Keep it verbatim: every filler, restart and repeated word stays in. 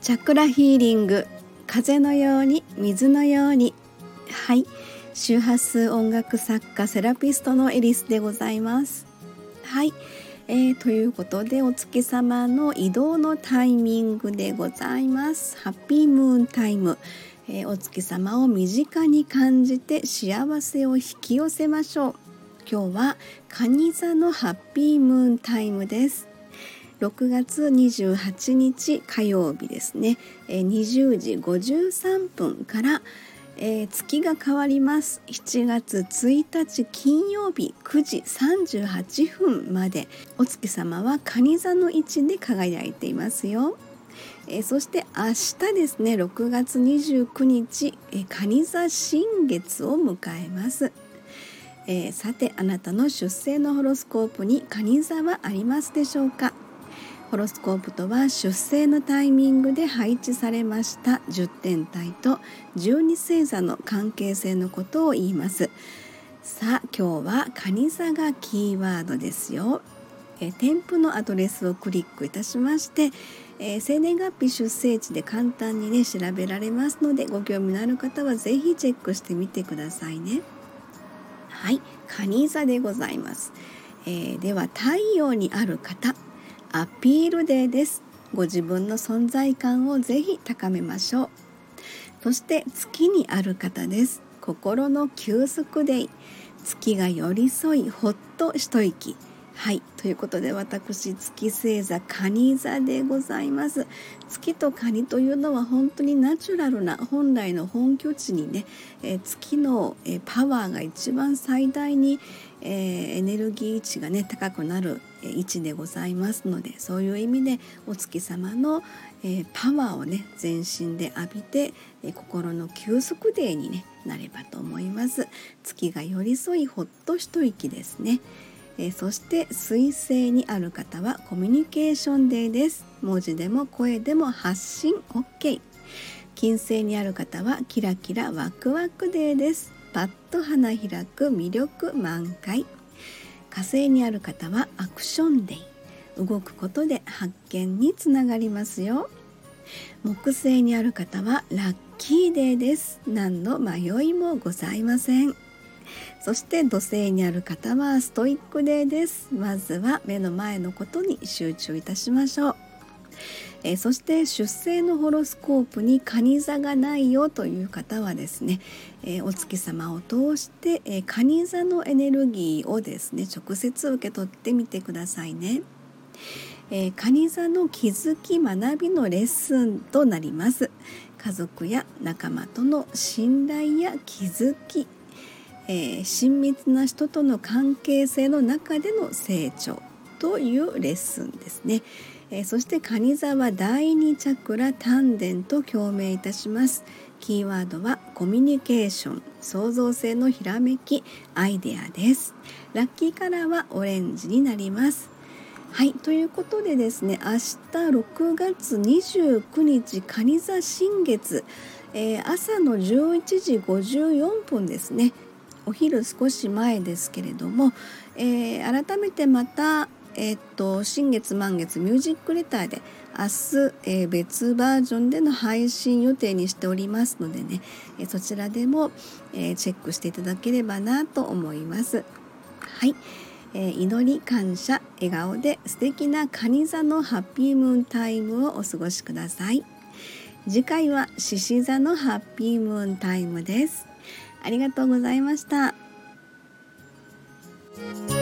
チャクラヒーリング、風のように水のように。はい、周波数音楽作家セラピストのエリスでございます。はい、えー、ということでお月様の移動のタイミングでございます。ハッピームーンタイム、えー、お月様を身近に感じて幸せを引き寄せましょう。今日は蟹座のハッピームーンタイムです。ろくがつにじゅうはちにち火曜日ですね、にじゅうじごじゅうさんぷんから、えー、月が変わります。しちがつついたち金曜日くじさんじゅうはっぷんまでお月様は蟹座の位置で輝いていますよ。えー、そして明日ですね、ろくがつにじゅうくにち、えー、蟹座新月を迎えます。えー、さてあなたの出生のホロスコープに蟹座はありますでしょうか。ホロスコープとは出生のタイミングで配置されましたじゅってん体とじゅうに星座の関係性のことを言います。さあ今日は蟹座がキーワードですよ。え添付のアドレスをクリックいたしまして、えー、生年月日出生地で簡単にね調べられますので、ご興味のある方はぜひチェックしてみてくださいね。はい、蟹座でございます。えー、では太陽にある方、アピールデーです。ご自分の存在感をぜひ高めましょう。そして月にある方です。心の休息デー、月が寄り添いほっと一息。はい、ということで私月星座蟹座でございます。月と蟹というのは本当にナチュラルな本来の本拠地にね、えー、月の、えー、パワーが一番最大に、えー、エネルギー値がね高くなる、えー、位置でございますので、そういう意味でお月様の、えー、パワーをね全身で浴びて、えー、心の休息デーに、ね、なればと思います。月が寄り添いほっと一息ですね。えー、そして水星にある方はコミュニケーションデーです。文字でも声でも発信 OK。 金星にある方はキラキラワクワクデーです。パッと花開く魅力満開。火星にある方はアクションデー、動くことで発見につながりますよ。木星にある方はラッキーデーです。何の迷いもございません。そして土星にある方はストイックデーです。まずは目の前のことに集中いたしましょう。えー、そして出生のホロスコープに蟹座がないよという方はですね、えー、お月様を通して、えー、蟹座のエネルギーをですね直接受け取ってみてくださいね。えー、蟹座の気づき学びのレッスンとなります。家族や仲間との信頼や気づき、えー、親密な人との関係性の中での成長というレッスンですね。えー、そして蟹座はだいにチャクラ丹田と共鳴いたします。キーワードはコミュニケーション、創造性のひらめき、アイデアです。ラッキーカラーはオレンジになります。はい、ということでですね、明日ろくがつにじゅうくにち蟹座新月、えー、朝のじゅういちじごじゅうよんぷんですね。お昼少し前ですけれども、えー、改めてまた、えー、っと新月満月ミュージックレターで明日、えー、別バージョンでの配信予定にしておりますのでね、えー、そちらでも、えー、チェックしていただければなと思います。はい、えー、祈り感謝笑顔で素敵な蟹座のハッピームーンタイムをお過ごしください。次回は獅子座のハッピームーンタイムです。ありがとうございました。